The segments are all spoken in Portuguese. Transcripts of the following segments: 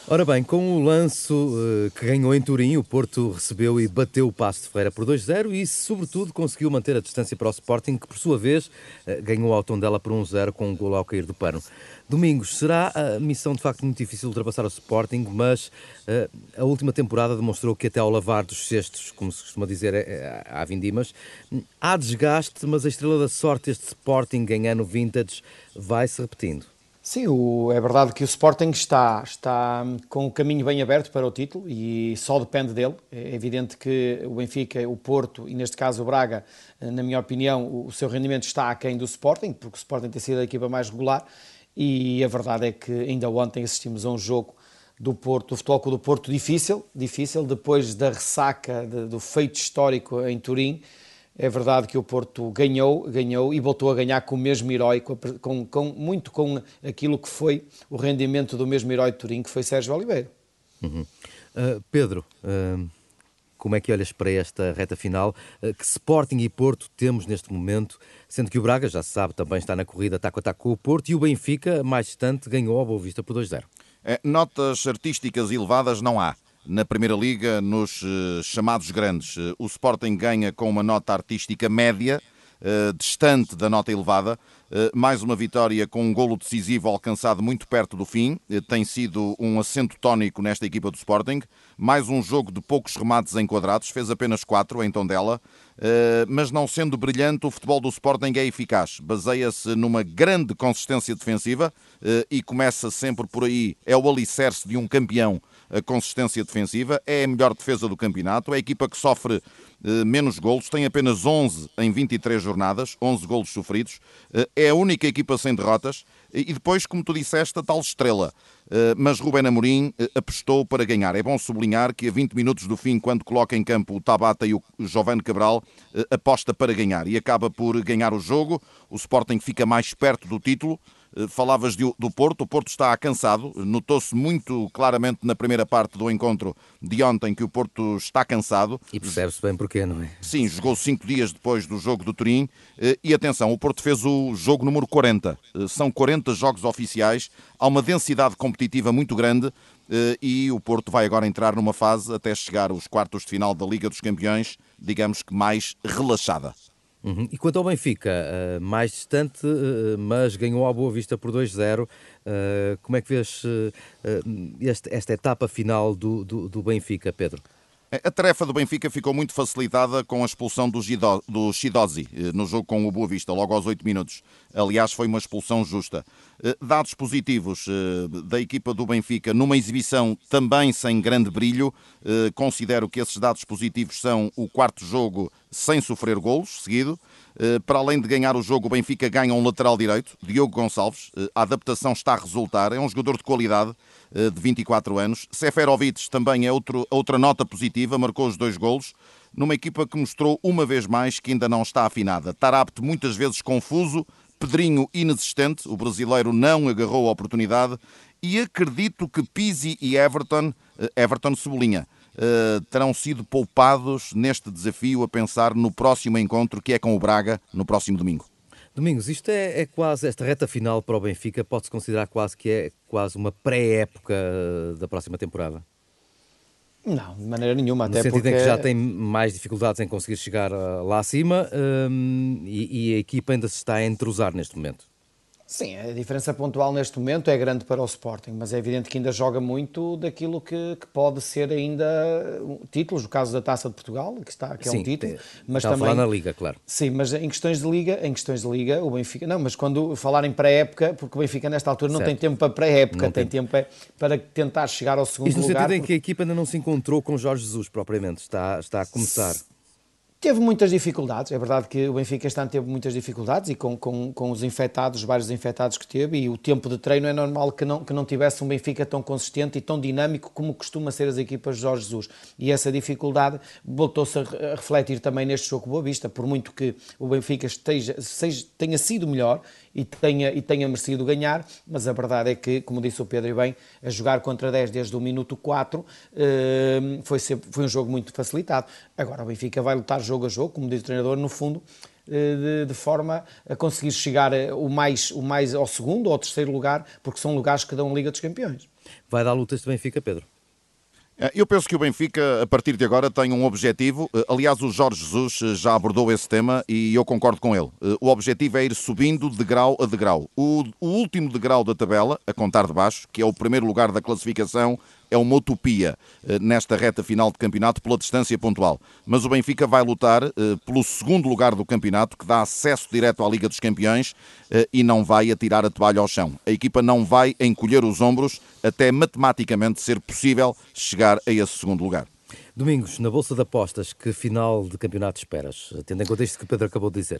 Ora bem, com o Lanço que ganhou em Turim, o Porto recebeu e bateu o Paço de Ferreira por 2-0 e, sobretudo, conseguiu manter a distância para o Sporting, que, por sua vez, ganhou ao Tondela por 1-0 com um golo ao cair do pano. Domingos, será a missão de facto muito difícil de ultrapassar o Sporting, mas a última temporada demonstrou que até ao lavar dos cestos, como se costuma dizer, há vindimas, há desgaste, mas a estrela da sorte, este Sporting em ano vintage, vai se repetindo. Sim, é verdade que o Sporting está com o caminho bem aberto para o título e só depende dele. É evidente que o Benfica, o Porto e neste caso o Braga, na minha opinião, o seu rendimento está aquém do Sporting, porque o Sporting tem sido a equipa mais regular e a verdade é que ainda ontem assistimos a um jogo do Porto, do Futebol Clube do Porto difícil, depois da ressaca do feito histórico em Turim. É verdade que o Porto ganhou e voltou a ganhar com o mesmo herói, muito com aquilo que foi o rendimento do mesmo herói de Turim, que foi Sérgio Oliveira. Uhum. Pedro, como é que olhas para esta reta final? Que Sporting e Porto temos neste momento, sendo que o Braga, já se sabe, também está na corrida taco a taco com o Porto e o Benfica, mais distante, ganhou ao Boa Vista por 2-0. Notas artísticas elevadas não há. Na Primeira Liga, nos chamados grandes, o Sporting ganha com uma nota artística média, distante da nota elevada. Mais uma vitória com um golo decisivo alcançado muito perto do fim. Tem sido um acento tónico nesta equipa do Sporting. Mais um jogo de poucos remates enquadrados. Fez apenas 4 em Tondela. Mas não sendo brilhante, o futebol do Sporting é eficaz. Baseia-se numa grande consistência defensiva e começa sempre por aí. É o alicerce de um campeão. A consistência defensiva é a melhor defesa do campeonato. É a equipa que sofre menos golos, tem apenas 11 em 23 jornadas, 11 golos sofridos. É a única equipa sem derrotas. E depois, como tu disseste, a tal estrela. Mas Rubén Amorim apostou para ganhar. É bom sublinhar que a 20 minutos do fim, quando coloca em campo o Tabata e o Jovane Cabral, aposta para ganhar e acaba por ganhar o jogo. O Sporting fica mais perto do título. Falavas do Porto, o Porto está cansado, notou-se muito claramente na primeira parte do encontro de ontem que o Porto está cansado. E percebe-se bem porquê, não é? Sim, jogou 5 dias depois do jogo do Turim e atenção, o Porto fez o jogo número 40, são 40 jogos oficiais, há uma densidade competitiva muito grande e o Porto vai agora entrar numa fase até chegar aos quartos de final da Liga dos Campeões, digamos que mais relaxada. Uhum. E quanto ao Benfica, mais distante, mas ganhou ao Boa Vista por 2-0. Como é que vês esta etapa final do Benfica, Pedro? A tarefa do Benfica ficou muito facilitada com a expulsão do Shidozi no jogo com o Boa Vista, logo aos 8 minutos. Aliás, foi uma expulsão justa. Dados positivos da equipa do Benfica numa exibição também sem grande brilho. Considero que esses dados positivos são o quarto jogo sem sofrer golos seguido. Para além de ganhar o jogo, o Benfica ganha um lateral direito, Diogo Gonçalves. A adaptação está a resultar. É um jogador de qualidade, de 24 anos. Seferovic também é outra nota positiva, marcou os 2 golos, numa equipa que mostrou uma vez mais que ainda não está afinada. Tarapte muitas vezes confuso, Pedrinho inexistente, o brasileiro não agarrou a oportunidade e acredito que Pizzi e Everton sublinha, terão sido poupados neste desafio a pensar no próximo encontro que é com o Braga no próximo domingo. Domingos, isto é quase, esta reta final para o Benfica pode-se considerar quase que é quase uma pré-época da próxima temporada? Não, de maneira nenhuma, No até sentido porque em que já tem mais dificuldades em conseguir chegar lá acima e a equipa ainda se está a entrosar neste momento. sim, a diferença pontual neste momento é grande para o Sporting, mas é evidente que ainda joga muito daquilo que pode ser ainda títulos, no caso da Taça de Portugal, que é um Sim, título, mas estava a falar também, na Liga, claro. sim, mas em questões de Liga, o Benfica, não, mas quando falar em pré-época, porque o Benfica nesta altura não tem Certo. tempo para pré-época, Não tem tem. tempo para tentar chegar ao segundo Isto no sentido lugar, em que porque a equipa ainda não se encontrou com Jorge Jesus propriamente, está a começar. teve muitas dificuldades, é verdade que o Benfica este ano teve muitas dificuldades e com os infectados, os vários infectados que teve, e o tempo de treino é normal que não tivesse um Benfica tão consistente e tão dinâmico como costuma ser as equipas de Jorge Jesus. E essa dificuldade voltou-se a refletir também neste jogo Boa Vista, por muito que o Benfica tenha sido melhor e tenha merecido ganhar, mas a verdade é que, como disse o Pedro e bem, a jogar contra 10 desde o minuto 4 foi um jogo muito facilitado. Agora o Benfica vai lutar jogo a jogo, como diz o treinador, no fundo de forma a conseguir chegar o mais ao segundo ou ao terceiro lugar, porque são lugares que dão a Liga dos Campeões. Vai dar lutas de Benfica, Pedro? Eu penso que o Benfica, a partir de agora, tem um objetivo. Aliás, o Jorge Jesus já abordou esse tema e eu concordo com ele. O objetivo é ir subindo de degrau a degrau. O último degrau da tabela, a contar de baixo, que é o primeiro lugar da classificação, é uma utopia nesta reta final de campeonato pela distância pontual. Mas o Benfica vai lutar pelo segundo lugar do campeonato, que dá acesso direto à Liga dos Campeões, e não vai atirar a toalha ao chão. A equipa não vai encolher os ombros até matematicamente ser possível chegar a esse segundo lugar. Domingos, na Bolsa de Apostas, que final de campeonato esperas? Tendo em conta isto que o Pedro acabou de dizer.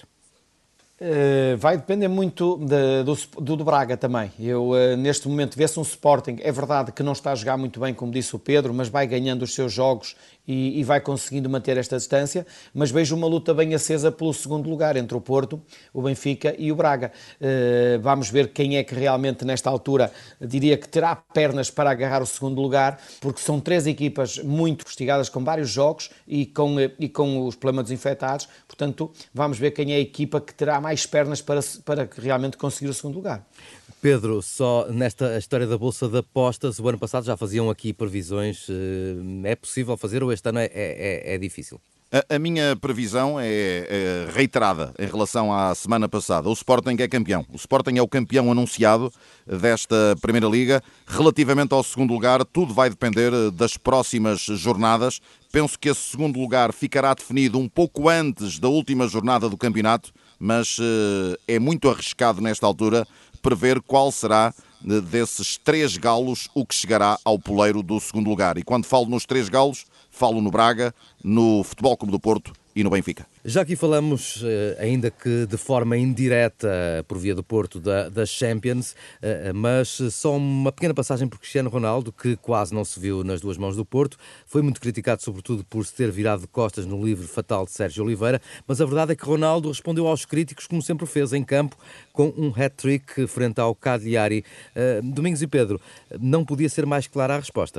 Vai depender muito do Braga também. Eu, neste momento, vê-se um Sporting. É verdade que não está a jogar muito bem, como disse o Pedro, mas vai ganhando os seus jogos e vai conseguindo manter esta distância. Mas vejo uma luta bem acesa pelo segundo lugar, entre o Porto, o Benfica e o Braga. Vamos ver quem é que realmente, nesta altura, diria que terá pernas para agarrar o segundo lugar, porque são três equipas muito castigadas com vários jogos e com os problemas desinfetados. Portanto, vamos ver quem é a equipa que terá mais pernas para realmente conseguir o segundo lugar. Pedro, só nesta história da Bolsa de Apostas, o ano passado já faziam aqui previsões. É possível fazer ou este ano é difícil? A minha previsão é reiterada em relação à semana passada. O Sporting é campeão. O Sporting é o campeão anunciado desta Primeira Liga. Relativamente ao segundo lugar, tudo vai depender das próximas jornadas. Penso que esse segundo lugar ficará definido um pouco antes da última jornada do campeonato, mas é muito arriscado nesta altura prever qual será desses três galos o que chegará ao poleiro do segundo lugar. E quando falo nos três galos, falo no Braga, no Futebol Clube do Porto e no Benfica. Já aqui falamos, ainda que de forma indireta, por via do Porto, da Champions, mas só uma pequena passagem por Cristiano Ronaldo, que quase não se viu nas duas mãos do Porto. Foi muito criticado, sobretudo, por se ter virado de costas no livro fatal de Sérgio Oliveira, mas a verdade é que Ronaldo respondeu aos críticos, como sempre fez, em campo, com um hat-trick frente ao Cagliari. Domingos e Pedro, não podia ser mais clara a resposta?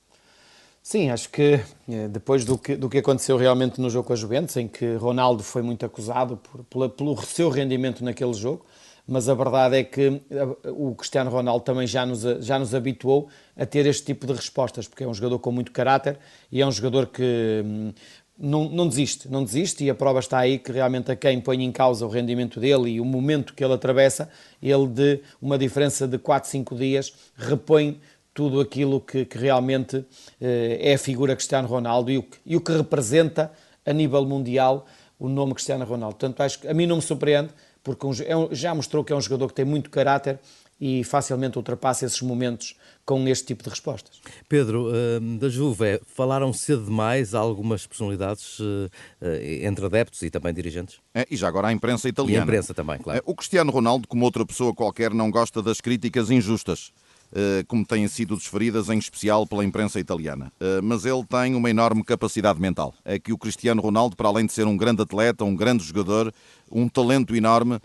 Sim, acho que depois do que aconteceu realmente no jogo com a Juventus, em que Ronaldo foi muito acusado pelo seu rendimento naquele jogo, mas a verdade é que o Cristiano Ronaldo também já nos habituou a ter este tipo de respostas, porque é um jogador com muito caráter e é um jogador que não desiste, e a prova está aí que realmente a quem põe em causa o rendimento dele e o momento que ele atravessa, ele de uma diferença de 4, 5 dias repõe tudo aquilo que realmente é a figura Cristiano Ronaldo e o que representa a nível mundial o nome Cristiano Ronaldo. Portanto, acho que a mim não me surpreende, porque já mostrou que é um jogador que tem muito caráter e facilmente ultrapassa esses momentos com este tipo de respostas. Pedro, da Juve, falaram cedo demais algumas personalidades entre adeptos e também dirigentes? E já agora a imprensa italiana. E a imprensa também, claro. O Cristiano Ronaldo, como outra pessoa qualquer, não gosta das críticas injustas, como têm sido desferidas, em especial pela imprensa italiana. Mas ele tem uma enorme capacidade mental. É que o Cristiano Ronaldo, para além de ser um grande atleta, um grande jogador, um talento enorme,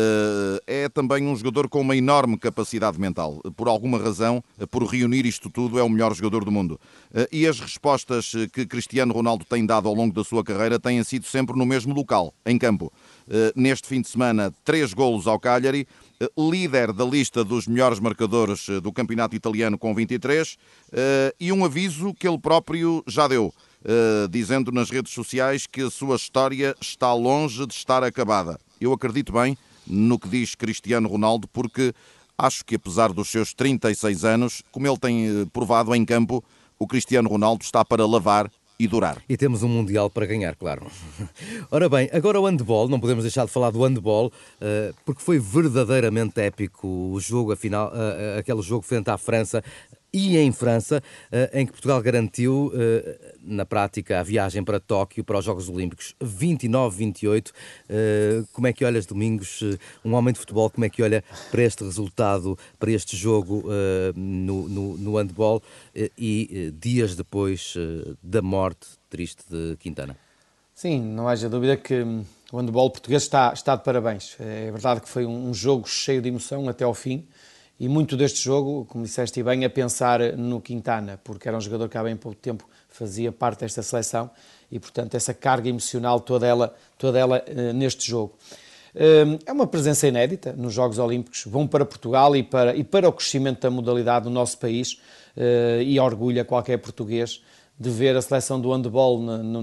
é também um jogador com uma enorme capacidade mental. Por alguma razão, por reunir isto tudo, é o melhor jogador do mundo. E as respostas que Cristiano Ronaldo tem dado ao longo da sua carreira têm sido sempre no mesmo local, em campo. Neste fim de semana, 3 golos ao Cagliari, líder da lista dos melhores marcadores do campeonato italiano com 23, e um aviso que ele próprio já deu, dizendo nas redes sociais que a sua história está longe de estar acabada. Eu acredito bem no que diz Cristiano Ronaldo, porque acho que, apesar dos seus 36 anos, como ele tem provado em campo, o Cristiano Ronaldo está para lavar e durar. E temos um Mundial para ganhar, claro. Ora bem, agora o handball, não podemos deixar de falar do handball, porque foi verdadeiramente épico o jogo, afinal, aquele jogo frente à França, e em França, em que Portugal garantiu, na prática, a viagem para Tóquio, para os Jogos Olímpicos, 29-28. Como é que olhas, Domingos, um homem de futebol, como é que olha para este resultado, para este jogo no handball e dias depois da morte triste de Quintana? Sim, não haja dúvida que o handball português está de parabéns. É verdade que foi um jogo cheio de emoção até ao fim, E muito deste jogo, como disseste bem, a pensar no Quintana, porque era um jogador que há bem pouco tempo fazia parte desta seleção e, portanto, essa carga emocional toda ela neste jogo. É uma presença inédita nos Jogos Olímpicos, bom para Portugal e para o crescimento da modalidade do nosso país, e orgulha qualquer português de ver a seleção do handball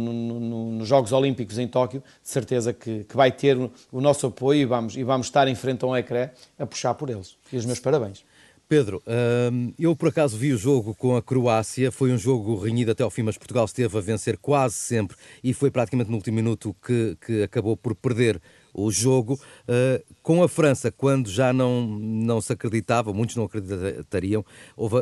nos Jogos Olímpicos em Tóquio. De certeza que vai ter o nosso apoio e vamos estar em frente a um ecrã a puxar por eles. E os meus parabéns. Pedro, eu por acaso vi o jogo com a Croácia, foi um jogo renhido até ao fim, mas Portugal esteve a vencer quase sempre e foi praticamente no último minuto que acabou por perder o jogo. Com a França, quando já não se acreditava, muitos não acreditariam, houve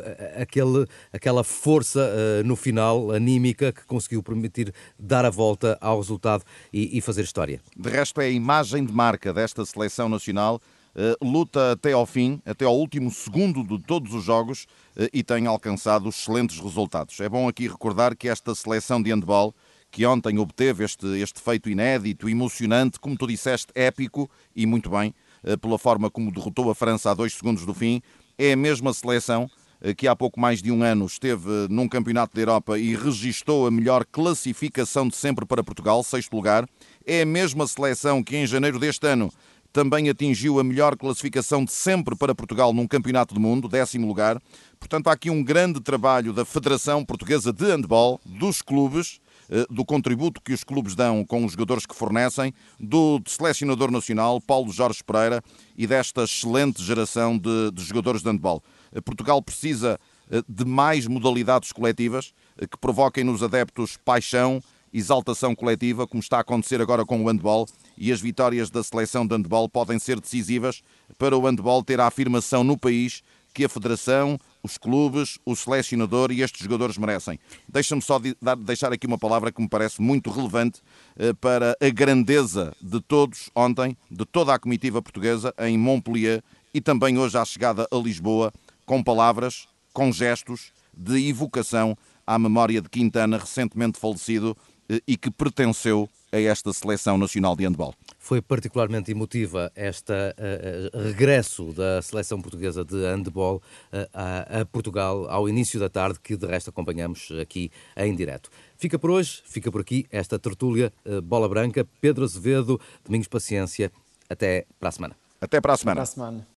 aquela força no final, anímica, que conseguiu permitir dar a volta ao resultado e fazer história. De resto, é a imagem de marca desta seleção nacional. Luta até ao fim, até ao último segundo de todos os jogos e tem alcançado excelentes resultados. É bom aqui recordar que esta seleção de handball, que ontem obteve este feito inédito, emocionante, como tu disseste, épico e muito bem, pela forma como derrotou a França a 2 segundos do fim, é a mesma seleção que há pouco mais de um ano esteve num campeonato da Europa e registou a melhor classificação de sempre para Portugal, 6º lugar. É a mesma seleção que em janeiro deste ano também atingiu a melhor classificação de sempre para Portugal num campeonato do mundo, 10º lugar. Portanto, há aqui um grande trabalho da Federação Portuguesa de Handball, dos clubes, do contributo que os clubes dão com os jogadores que fornecem, do selecionador nacional, Paulo Jorge Pereira, e desta excelente geração de jogadores de handball. Portugal precisa de mais modalidades coletivas que provoquem nos adeptos paixão, exaltação coletiva, como está a acontecer agora com o handball, e as vitórias da seleção de handball podem ser decisivas para o handball ter a afirmação no país que a Federação, os clubes, o selecionador e estes jogadores merecem. Deixa-me só deixar aqui uma palavra que me parece muito relevante para a grandeza de todos ontem, de toda a comitiva portuguesa em Montpellier e também hoje à chegada a Lisboa, com palavras, com gestos de evocação à memória de Quintana, recentemente falecido, e que pertenceu a esta seleção nacional de handball. Foi particularmente emotiva este regresso da seleção portuguesa de handball a Portugal ao início da tarde, que de resto acompanhamos aqui em direto. Fica por hoje, fica por aqui esta tertúlia Bola Branca. Pedro Azevedo, Domingos Paciência. Até para a semana. Até para a semana. Até para a semana.